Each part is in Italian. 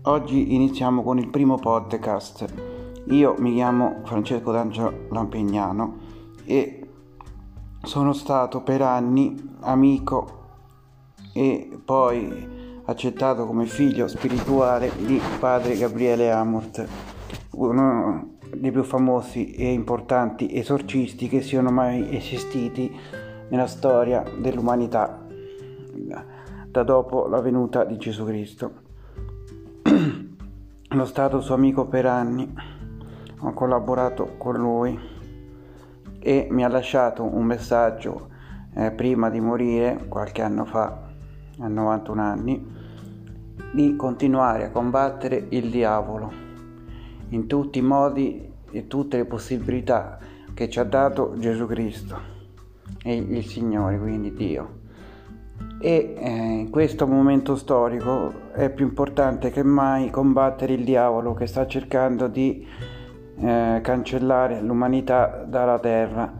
Oggi iniziamo con il primo podcast. Io mi chiamo Francesco D'Angelo Lampegnano e sono stato per anni amico e poi accettato come figlio spirituale di padre Gabriele Amorth, uno dei più famosi e importanti esorcisti che siano mai esistiti nella storia dell'umanità da dopo la venuta di Gesù Cristo. Sono stato suo amico per anni, ho collaborato con lui e mi ha lasciato un messaggio prima di morire, qualche anno fa, a 91 anni, di continuare a combattere il diavolo in tutti i modi e tutte le possibilità che ci ha dato Gesù Cristo e il Signore, quindi Dio. E in questo momento storico è più importante che mai combattere il diavolo che sta cercando di cancellare l'umanità dalla terra,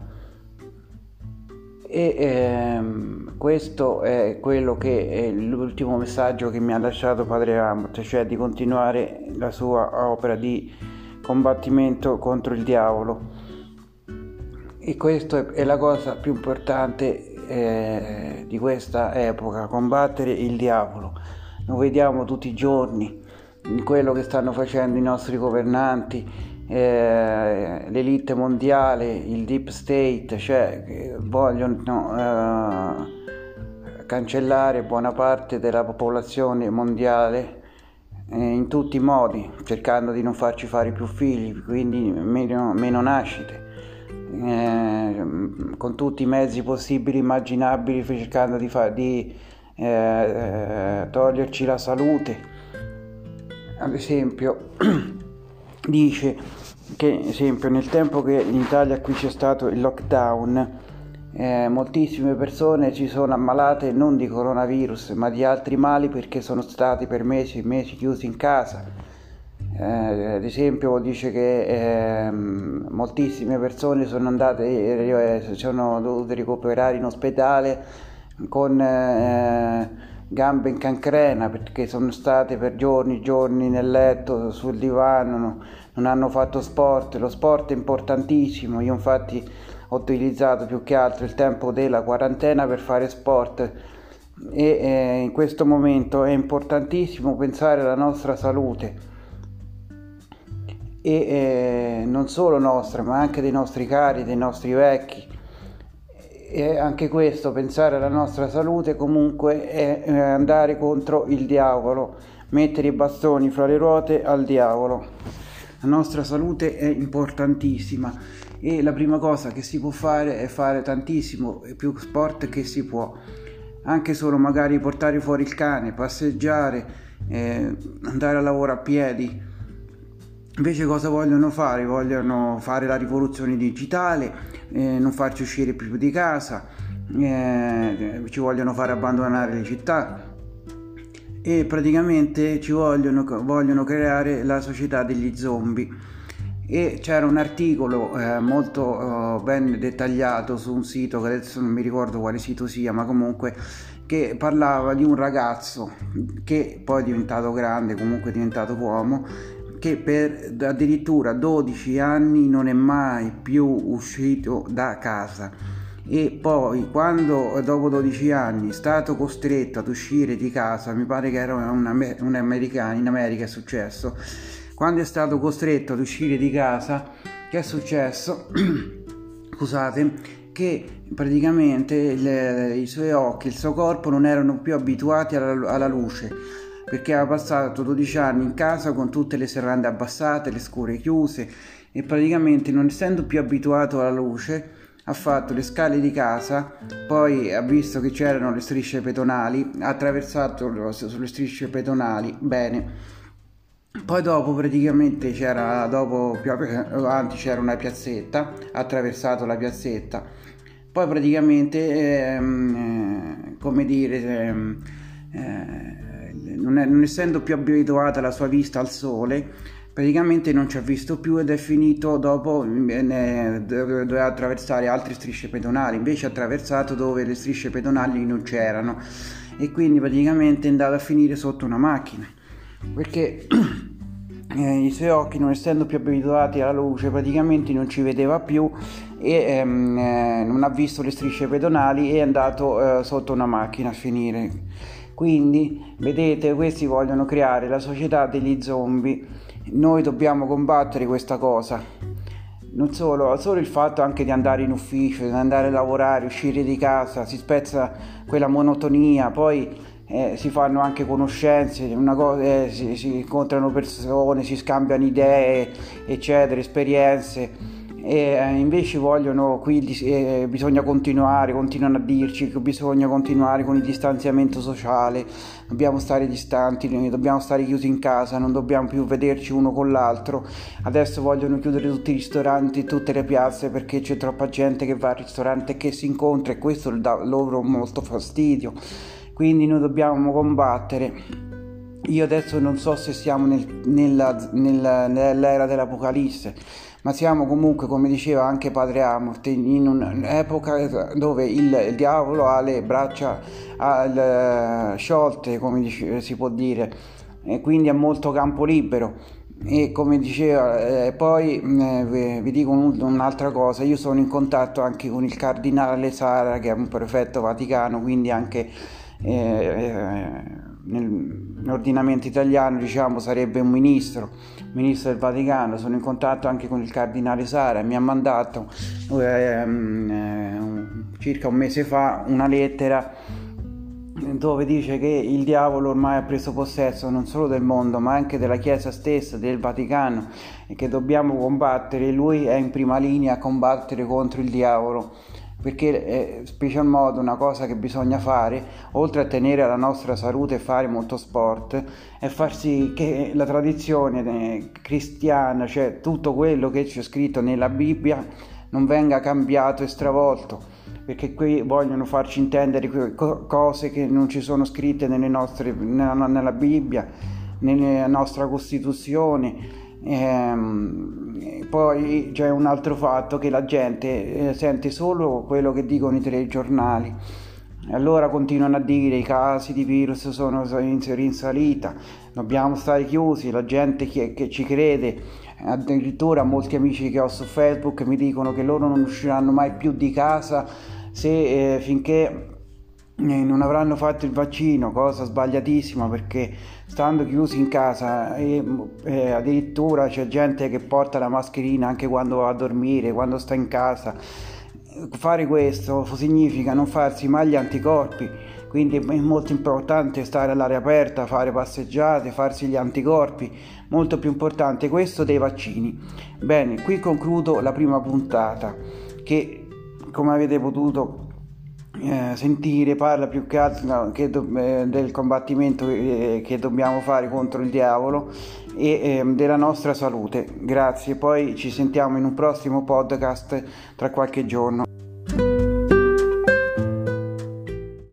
e questo è quello che è l'ultimo messaggio che mi ha lasciato padre Amorth, cioè di continuare la sua opera di combattimento contro il diavolo. E questa è la cosa più importante di questa epoca, combattere il diavolo. Lo vediamo tutti i giorni, quello che stanno facendo i nostri governanti, l'elite mondiale, il deep state, cioè vogliono cancellare buona parte della popolazione mondiale in tutti i modi, cercando di non farci fare più figli, quindi meno nascite, con tutti i mezzi possibili e immaginabili, cercando di toglierci la salute. Ad esempio dice che nel tempo che in Italia qui c'è stato il lockdown, moltissime persone ci sono ammalate non di coronavirus ma di altri mali perché sono stati per mesi chiusi in casa. Ad esempio dice che moltissime persone sono dovute recuperare in ospedale con gambe in cancrena perché sono state per giorni nel letto, sul divano, non hanno fatto sport. Lo sport è importantissimo. Io infatti ho utilizzato più che altro il tempo della quarantena per fare sport e in questo momento è importantissimo pensare alla nostra salute, e non solo nostra ma anche dei nostri cari, dei nostri vecchi. E anche questo, pensare alla nostra salute, comunque è andare contro il diavolo, mettere i bastoni fra le ruote al diavolo. La nostra salute è importantissima e la prima cosa che si può fare è fare tantissimo e più sport che si può, anche solo magari portare fuori il cane, passeggiare, andare a lavoro a piedi. Invece cosa vogliono fare? Vogliono fare la rivoluzione digitale, non farci uscire più di casa, ci vogliono fare abbandonare le città e praticamente ci vogliono creare la società degli zombie. E c'era un articolo molto ben dettagliato su un sito, che adesso non mi ricordo quale sito sia, ma comunque che parlava di un ragazzo che poi è diventato grande, comunque è diventato uomo, che per addirittura 12 anni non è mai più uscito da casa, e poi quando dopo 12 anni è stato costretto ad uscire di casa, mi pare che era un americano, in America è successo, quando è stato costretto ad uscire di casa, che è successo? Scusate, che praticamente i suoi occhi, il suo corpo non erano più abituati alla luce, perché aveva passato 12 anni in casa con tutte le serrande abbassate, le scure chiuse, e praticamente non essendo più abituato alla luce ha fatto le scale di casa, poi ha visto che c'erano le strisce pedonali, ha attraversato sulle strisce pedonali, bene, poi dopo praticamente più avanti c'era una piazzetta, ha attraversato la piazzetta, poi praticamente non essendo più abituata la sua vista al sole, praticamente non ci ha visto più ed è finito dopo, doveva attraversare altre strisce pedonali, invece ha attraversato dove le strisce pedonali non c'erano e quindi praticamente è andato a finire sotto una macchina. perché i suoi occhi, non essendo più abituati alla luce, praticamente non ci vedeva più e non ha visto le strisce pedonali e è andato sotto una macchina a finire. Quindi vedete, questi vogliono creare la società degli zombie. Noi dobbiamo combattere questa cosa. Non solo il fatto anche di andare in ufficio, di andare a lavorare, uscire di casa, si spezza quella monotonia, poi si fanno anche conoscenze, si incontrano persone, si scambiano idee, eccetera, esperienze. Invece vogliono bisogna continuano a dirci che bisogna continuare con il distanziamento sociale, dobbiamo stare distanti, dobbiamo stare chiusi in casa, non dobbiamo più vederci uno con l'altro. Adesso vogliono chiudere tutti i ristoranti, tutte le piazze, perché c'è troppa gente che va al ristorante e che si incontra, e questo dà loro molto fastidio. Quindi noi dobbiamo combattere. Io adesso non so se siamo nell'era dell'Apocalisse, ma siamo comunque, come diceva anche Padre Amort, in un'epoca dove il diavolo ha le braccia sciolte, come si può dire, e quindi ha molto campo libero. E come diceva, poi vi dico un'altra cosa: io sono in contatto anche con il cardinale Sara, che è un prefetto vaticano, quindi anche nell'ordinamento italiano, diciamo, sarebbe un ministro del Vaticano. Sono in contatto anche con il cardinale Sara, mi ha mandato circa un mese fa una lettera dove dice che il diavolo ormai ha preso possesso non solo del mondo ma anche della Chiesa stessa, del Vaticano, e che dobbiamo combattere. Lui è in prima linea a combattere contro il diavolo, perché special modo una cosa che bisogna fare, oltre a tenere la nostra salute e fare molto sport, è far sì che la tradizione cristiana, cioè tutto quello che c'è scritto nella Bibbia, non venga cambiato e stravolto, perché qui vogliono farci intendere cose che non ci sono scritte nella Bibbia, nella nostra Costituzione. Poi c'è un altro fatto, che la gente sente solo quello che dicono i telegiornali, allora continuano a dire i casi di virus sono in salita, dobbiamo stare chiusi. La gente che ci crede, addirittura molti amici che ho su Facebook mi dicono che loro non usciranno mai più di casa finché non avranno fatto il vaccino, cosa sbagliatissima, perché stando chiusi in casa addirittura c'è gente che porta la mascherina anche quando va a dormire, quando sta in casa. Fare questo significa non farsi mai gli anticorpi, quindi è molto importante stare all'aria aperta, fare passeggiate, farsi gli anticorpi, molto più importante questo dei vaccini. Bene, qui concludo la prima puntata, che come avete potuto sentire parla più che altro del combattimento che dobbiamo fare contro il diavolo e della nostra salute. Grazie, poi ci sentiamo in un prossimo podcast tra qualche giorno.